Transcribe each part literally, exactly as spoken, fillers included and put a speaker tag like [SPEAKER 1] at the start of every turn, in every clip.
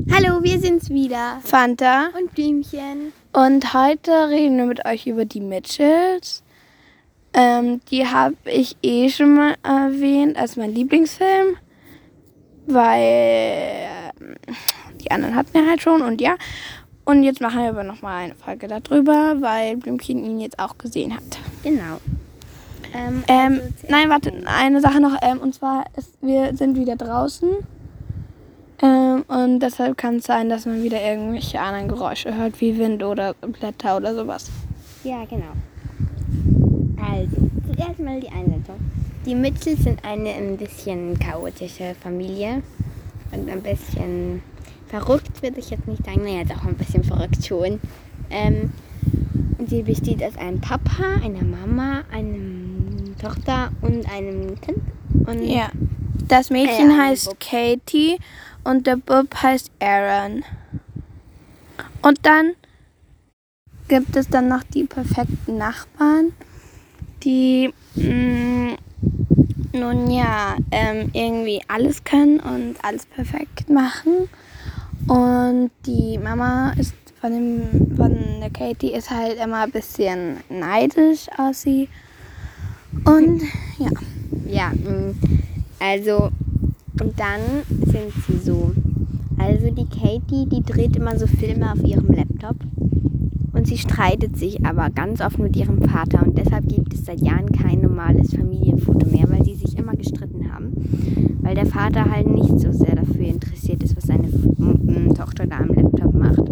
[SPEAKER 1] Hallo, wir sind's wieder.
[SPEAKER 2] Fanta
[SPEAKER 1] und Blümchen.
[SPEAKER 2] Und heute reden wir mit euch über die Mitchells. Ähm, die habe ich eh schon mal erwähnt als mein Lieblingsfilm, weil äh, die anderen hatten wir halt schon und ja. Und jetzt machen wir aber nochmal eine Folge darüber, weil Blümchen ihn jetzt auch gesehen hat.
[SPEAKER 1] Genau. Ähm,
[SPEAKER 2] Ähm,
[SPEAKER 1] also
[SPEAKER 2] nein, warte, eine Sache noch. Ähm, und zwar, ist, wir sind wieder draußen. Ähm, und deshalb kann es sein, dass man wieder irgendwelche anderen Geräusche hört, wie Wind oder Blätter oder sowas.
[SPEAKER 1] Ja, genau. Also, zuerst mal die Einleitung. Die Mitchells sind eine ein bisschen chaotische Familie. Und ein bisschen verrückt, würde ich jetzt nicht sagen. Naja, doch ein bisschen verrückt schon. Ähm, sie besteht aus einem Papa, einer Mama, einer Tochter und einem Kind. Und
[SPEAKER 2] Ja. Das Mädchen
[SPEAKER 1] äh,
[SPEAKER 2] heißt
[SPEAKER 1] Bub.
[SPEAKER 2] Katie und der Bub heißt Aaron. Und dann gibt es dann noch die perfekten Nachbarn, die mh, nun ja ähm, irgendwie alles können und alles perfekt machen. Und die Mama ist von, dem, von der Katie ist halt immer ein bisschen neidisch auf sie. Und ja.
[SPEAKER 1] Ja, also, und dann sind sie so. Also die Katie, die dreht immer so Filme auf ihrem Laptop. Und sie streitet sich aber ganz oft mit ihrem Vater. Und deshalb gibt es seit Jahren kein normales Familienfoto mehr, weil sie sich immer gestritten haben. Weil der Vater halt nicht so sehr dafür interessiert ist, was seine m- Tochter da am Laptop macht.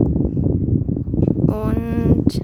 [SPEAKER 1] Und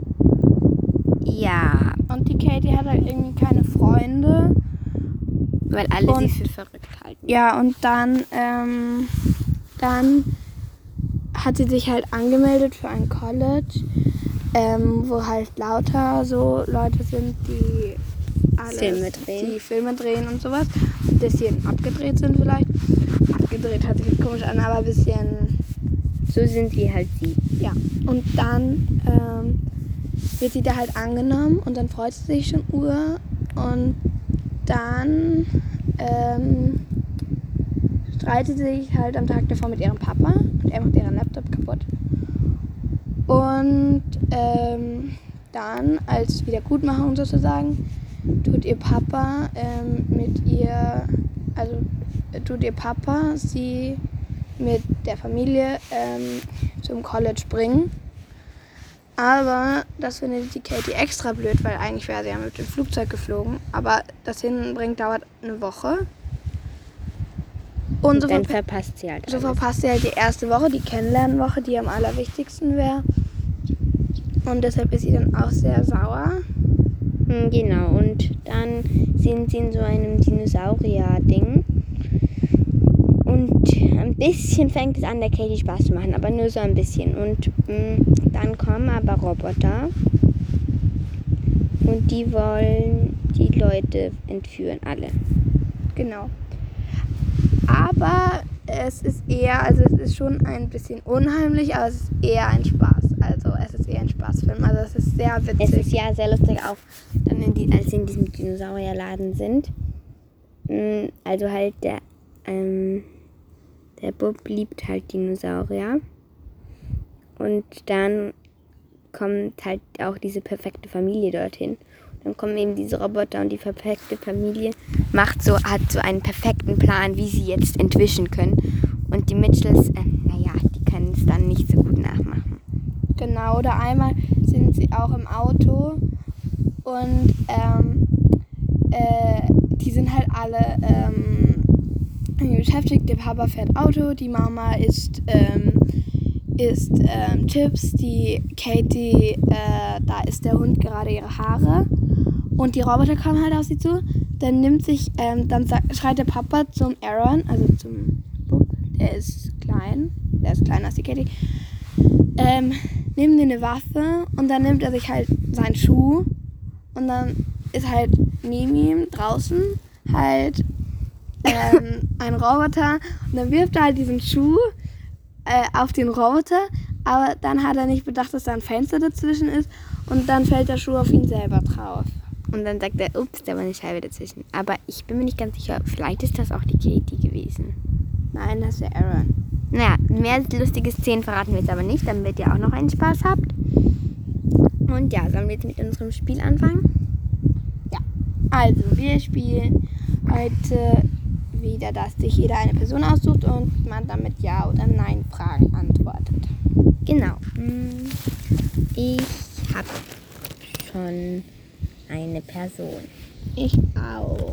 [SPEAKER 1] ja.
[SPEAKER 2] Und die Katie hat halt irgendwie keine Freunde.
[SPEAKER 1] Weil alle
[SPEAKER 2] und,
[SPEAKER 1] sie für verrückt halten.
[SPEAKER 2] Ja, und dann, ähm, dann hat sie sich halt angemeldet für ein College, ähm, wo halt lauter so Leute sind, die alles,
[SPEAKER 1] Filme drehen.
[SPEAKER 2] die Filme drehen und sowas. Ein bisschen abgedreht sind vielleicht. Abgedreht hört sich jetzt komisch an, aber ein bisschen...
[SPEAKER 1] So sind wie halt sie.
[SPEAKER 2] Ja, und dann ähm, wird sie da halt angenommen und dann freut sie sich schon Uhr und dann ähm, streitet sie sich halt am Tag davor mit ihrem Papa und er macht ihren Laptop kaputt. Und ähm, dann als Wiedergutmachung sozusagen tut ihr Papa ähm, mit ihr, also äh, tut ihr Papa sie mit der Familie ähm, zum College bringen. Aber das findet die Katie extra blöd, weil eigentlich wäre sie ja mit dem Flugzeug geflogen. Aber das Hinbringen dauert eine Woche. Und,
[SPEAKER 1] Und
[SPEAKER 2] so,
[SPEAKER 1] dann
[SPEAKER 2] verpa-
[SPEAKER 1] verpasst sie halt
[SPEAKER 2] so
[SPEAKER 1] alles.
[SPEAKER 2] verpasst sie halt die erste Woche, die Kennenlernwoche, die am allerwichtigsten wäre. Und deshalb ist sie dann auch sehr sauer.
[SPEAKER 1] Hm, Genau, und dann sind sie in so einem Dinosaurier-Ding. Und ein bisschen fängt es an, der Katie Spaß zu machen, aber nur so ein bisschen. Und mh, dann kommen aber Roboter und die wollen die Leute entführen, alle.
[SPEAKER 2] Genau. Aber es ist eher, also es ist schon ein bisschen unheimlich, aber es ist eher ein Spaß. Also es ist eher ein Spaßfilm. Also es ist sehr witzig.
[SPEAKER 1] Es ist ja sehr lustig auch, dann in die, als sie in diesem Dinosaurierladen sind. Mh, Also halt der, ähm, der Bub liebt halt Dinosaurier. Und dann kommt halt auch diese perfekte Familie dorthin. Dann kommen eben diese Roboter und die perfekte Familie macht so, hat so einen perfekten Plan, wie sie jetzt entwischen können. Und die Mitchells, äh, naja, die können es dann nicht so gut nachmachen.
[SPEAKER 2] Genau, oder einmal sind sie auch im Auto und ähm, äh, die sind halt alle ähm, beschäftigt. Der Papa fährt Auto, die Mama isst, ähm, isst ähm, Chips, die Katie, äh, da isst der Hund gerade ihre Haare und die Roboter kommen halt auf sie zu. Dann nimmt sich, ähm, dann sa- schreit der Papa zum Aaron, also zum Bub, der ist klein, der ist kleiner als die Katie. Ähm, nimmt eine Waffe und dann nimmt er sich halt seinen Schuh und dann ist halt neben ihm draußen halt ähm, ein Roboter und dann wirft er halt diesen Schuh äh, auf den Roboter, aber dann hat er nicht bedacht, dass da ein Fenster dazwischen ist und dann fällt der Schuh auf ihn selber drauf.
[SPEAKER 1] Und dann sagt er, ups, da war eine Scheibe dazwischen. Aber ich bin mir nicht ganz sicher, vielleicht ist das auch die Katie gewesen.
[SPEAKER 2] Nein, das ist der Aaron.
[SPEAKER 1] Naja, mehr lustige Szenen verraten wir jetzt aber nicht, damit ihr auch noch einen Spaß habt. Und ja, sollen wir jetzt mit unserem Spiel anfangen?
[SPEAKER 2] Ja. Also, wir spielen heute wieder, dass sich jeder eine Person aussucht und man dann mit Ja- oder Nein-Fragen antwortet.
[SPEAKER 1] Genau. Ich habe schon eine Person.
[SPEAKER 2] Ich auch.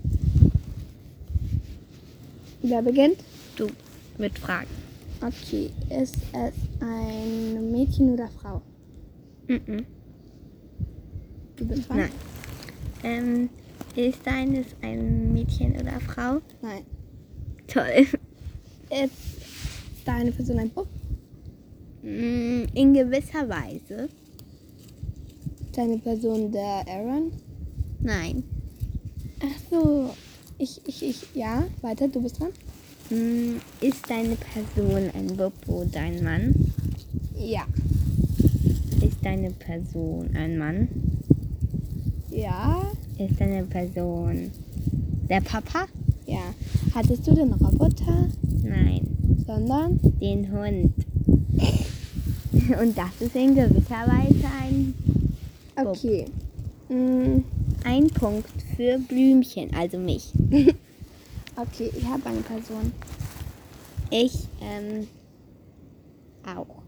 [SPEAKER 2] Wer beginnt?
[SPEAKER 1] Du mit Fragen.
[SPEAKER 2] Okay. Ist es ein Mädchen oder Frau?
[SPEAKER 1] Mhm.
[SPEAKER 2] Du bist dran?
[SPEAKER 1] Nein. Ähm, ist deines ein Mädchen oder Frau?
[SPEAKER 2] Nein.
[SPEAKER 1] Toll.
[SPEAKER 2] Ist deine Person ein Bub?
[SPEAKER 1] Mm, In gewisser Weise.
[SPEAKER 2] Ist deine Person der Aaron?
[SPEAKER 1] Nein.
[SPEAKER 2] Ach so. Ich, ich, ich, ja. Weiter, du bist dran?
[SPEAKER 1] Mm, Ist deine Person ein Bub oder ein Mann?
[SPEAKER 2] Ja.
[SPEAKER 1] Ist deine Person ein Mann?
[SPEAKER 2] Ja.
[SPEAKER 1] Ist deine Person der Papa?
[SPEAKER 2] Ja. Hattest du den Roboter?
[SPEAKER 1] Nein.
[SPEAKER 2] Sondern?
[SPEAKER 1] Den Hund. Und das ist in gewisser Weise ein,
[SPEAKER 2] Okay. Mm,
[SPEAKER 1] ein Punkt für Blümchen, also mich.
[SPEAKER 2] okay, ich habe eine Person.
[SPEAKER 1] Ich ähm, auch.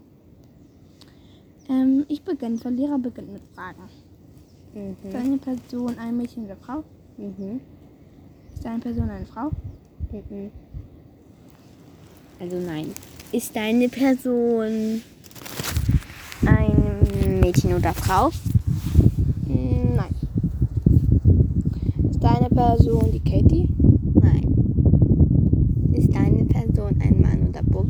[SPEAKER 2] Ähm, ich beginne. Verlierer beginnt mit Fragen.
[SPEAKER 1] Mhm.
[SPEAKER 2] Ist deine Person ein Mädchen oder Frau?
[SPEAKER 1] Mhm.
[SPEAKER 2] Ist deine Person eine Frau?
[SPEAKER 1] Mhm. Also nein. Ist deine Person ein Mädchen oder Frau?
[SPEAKER 2] Mm, nein. Ist deine Person die Katie?
[SPEAKER 1] Nein. Ist deine Person ein Mann oder Bub?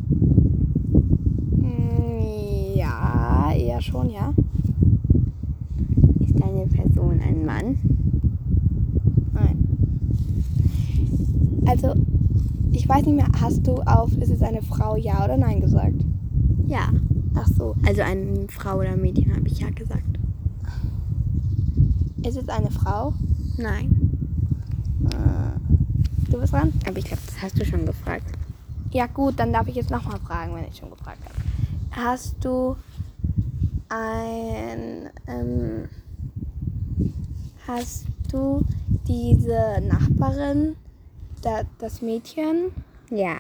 [SPEAKER 2] Mm, ja, eher schon, ja.
[SPEAKER 1] Ist deine Person ein Mann?
[SPEAKER 2] Nein. Also, ich weiß nicht mehr, hast du auf, ist es eine Frau, ja oder nein gesagt?
[SPEAKER 1] Ja.
[SPEAKER 2] Ach so.
[SPEAKER 1] Also eine Frau oder Mädchen habe ich ja gesagt.
[SPEAKER 2] Ist es eine Frau?
[SPEAKER 1] Nein.
[SPEAKER 2] Äh, du bist dran?
[SPEAKER 1] Aber ich glaube, das hast du schon gefragt.
[SPEAKER 2] Ja gut, dann darf ich jetzt nochmal fragen, wenn ich schon gefragt habe. Hast du ein, ähm, hast du diese Nachbarin, da, das Mädchen?
[SPEAKER 1] Ja.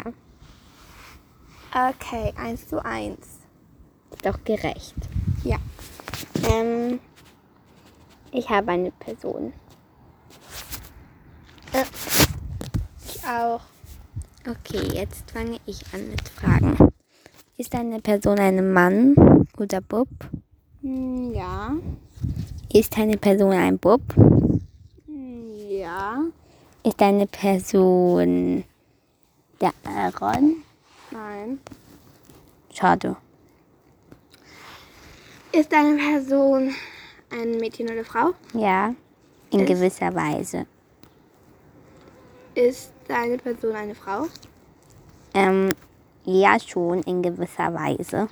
[SPEAKER 2] Okay, eins zu eins.
[SPEAKER 1] Ist doch gerecht.
[SPEAKER 2] Ja.
[SPEAKER 1] Ähm, ich habe eine Person.
[SPEAKER 2] Äh, ich auch.
[SPEAKER 1] Okay, jetzt fange ich an mit Fragen. Ist eine Person ein Mann oder Bub?
[SPEAKER 2] Hm, ja.
[SPEAKER 1] Ist eine Person ein Bub?
[SPEAKER 2] Hm, ja.
[SPEAKER 1] Ist eine Person der Aaron?
[SPEAKER 2] Nein.
[SPEAKER 1] Schade.
[SPEAKER 2] Ist eine Person ein Mädchen oder Frau?
[SPEAKER 1] Ja, in
[SPEAKER 2] Ist-
[SPEAKER 1] gewisser Weise.
[SPEAKER 2] Ist deine Person eine Frau?
[SPEAKER 1] Ähm, ja, schon in gewisser Weise.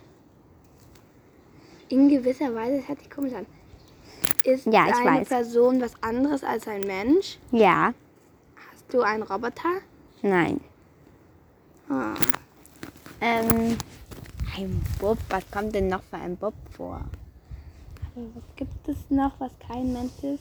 [SPEAKER 2] In gewisser Weise, das hört sich komisch an. Ist
[SPEAKER 1] Ja, ich
[SPEAKER 2] eine
[SPEAKER 1] weiß.
[SPEAKER 2] Person was anderes als ein Mensch?
[SPEAKER 1] Ja,
[SPEAKER 2] Hast du einen Roboter?
[SPEAKER 1] nein.
[SPEAKER 2] Ah.
[SPEAKER 1] Ähm, ein Bub, was kommt denn noch für ein Bub vor?
[SPEAKER 2] Also, was gibt es noch, was kein Mensch ist?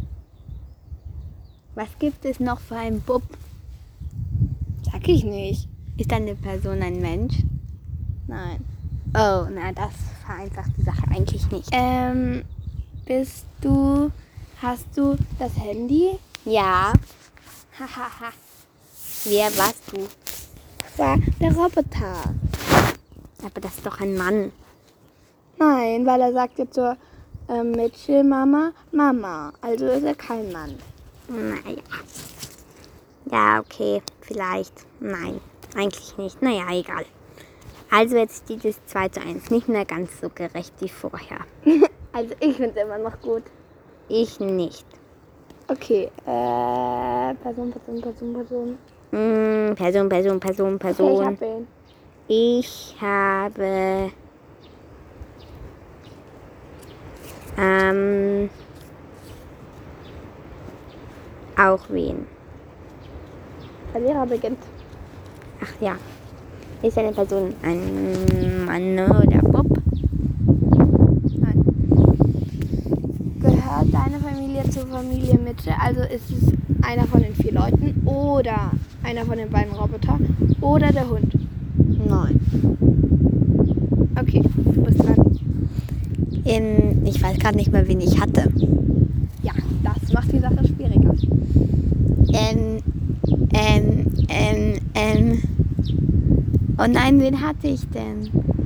[SPEAKER 1] Was gibt es noch für ein Bub?
[SPEAKER 2] Sag ich nicht.
[SPEAKER 1] Ist eine Person ein Mensch?
[SPEAKER 2] Nein.
[SPEAKER 1] Oh, na, das vereinfacht die Sache eigentlich nicht.
[SPEAKER 2] Ähm, bist du, hast du das Handy?
[SPEAKER 1] Ja. Hahaha. Wer warst du?
[SPEAKER 2] Das war der Roboter.
[SPEAKER 1] Aber das ist doch ein Mann.
[SPEAKER 2] Nein, weil er sagt jetzt zur ähm, Mitchell-Mama, Mama. Also ist er kein Mann.
[SPEAKER 1] Naja. Ja, okay, vielleicht. Nein, eigentlich nicht. Naja, egal. Also jetzt steht es zwei zu eins. Nicht mehr ganz so gerecht wie vorher.
[SPEAKER 2] Also ich finde es immer noch gut.
[SPEAKER 1] Ich nicht.
[SPEAKER 2] Okay, äh, Person, Person, Person, Person.
[SPEAKER 1] Mm, Person, Person, Person,
[SPEAKER 2] Okay, ich
[SPEAKER 1] Person.
[SPEAKER 2] hab ihn.
[SPEAKER 1] Ich habe ähm, auch wen.
[SPEAKER 2] Verlierer beginnt.
[SPEAKER 1] Ach ja. Ist deine Person ein Mann oder Bob?
[SPEAKER 2] Nein. Gehört deine Familie zur Familie Mitte? Also ist es einer von den vier Leuten oder einer von den beiden Robotern oder der Hund?
[SPEAKER 1] Nein.
[SPEAKER 2] Okay, du bist dran.
[SPEAKER 1] Ähm, ich weiß gerade nicht mehr, wen ich hatte.
[SPEAKER 2] Ja, das macht die Sache schwieriger.
[SPEAKER 1] Ähm, ähm, ähm, ähm. Oh nein, wen hatte ich denn?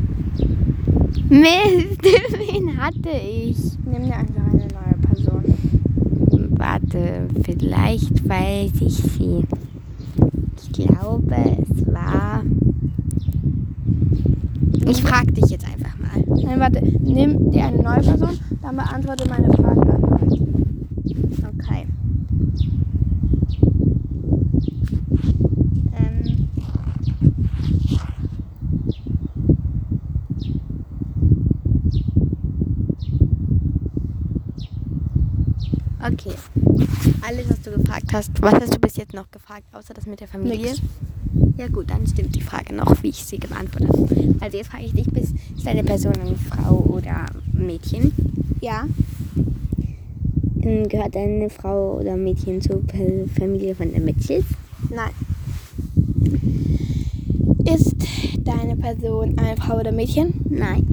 [SPEAKER 1] Mist, wen hatte ich?
[SPEAKER 2] Nimm dir einfach eine neue Person.
[SPEAKER 1] Warte, vielleicht weiß ich sie. Ich glaube, es war... Ich frage dich jetzt einfach mal.
[SPEAKER 2] Nein, warte, nimm dir eine neue Person, dann beantworte meine Frage erneut.
[SPEAKER 1] Okay. Ähm. Okay. Alles, was du gefragt hast, was hast du bis jetzt noch gefragt, außer das mit der Familie?
[SPEAKER 2] Nix.
[SPEAKER 1] Ja gut, dann stimmt die Frage noch, wie ich sie beantwortet habe. Also jetzt frage ich dich, bist, ist deine Person eine Frau oder Mädchen?
[SPEAKER 2] Ja,
[SPEAKER 1] Ähm, Gehört deine Frau oder Mädchen zur Pe- Familie von der Mitchells?
[SPEAKER 2] nein. Ist deine Person eine Frau oder Mädchen?
[SPEAKER 1] Nein.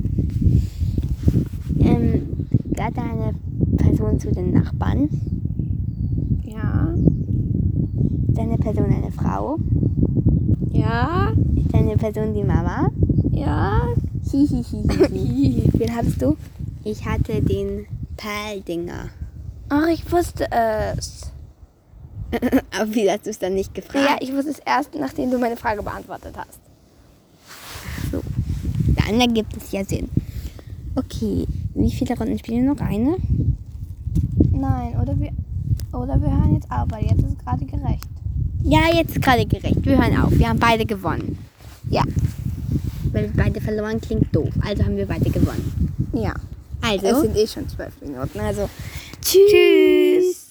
[SPEAKER 1] Ähm, gehört deine Person zu den Nachbarn?
[SPEAKER 2] Ja.
[SPEAKER 1] Ist deine Person eine Frau?
[SPEAKER 2] Ja.
[SPEAKER 1] Ist deine Person die Mama?
[SPEAKER 2] Ja.
[SPEAKER 1] Hihihihi.
[SPEAKER 2] Wen hattest du?
[SPEAKER 1] Ich hatte den Perldinger.
[SPEAKER 2] Ach, ich wusste es.
[SPEAKER 1] Aber wie hast du es dann nicht gefragt?
[SPEAKER 2] Ja, ich wusste es erst, nachdem du meine Frage beantwortet hast.
[SPEAKER 1] So. Dann ergibt es ja Sinn. Okay, wie viele Runden spielen wir noch? Eine?
[SPEAKER 2] Nein, oder wir, oder wir hören jetzt auf, weil jetzt ist gerade gerecht.
[SPEAKER 1] Ja, jetzt ist gerade gerecht. Wir hören auf. Wir haben beide gewonnen.
[SPEAKER 2] Ja.
[SPEAKER 1] Weil beide verloren klingt doof. Also haben wir beide gewonnen.
[SPEAKER 2] Ja.
[SPEAKER 1] Also.
[SPEAKER 2] Es sind eh schon zwölf Minuten, also
[SPEAKER 1] Tschüss.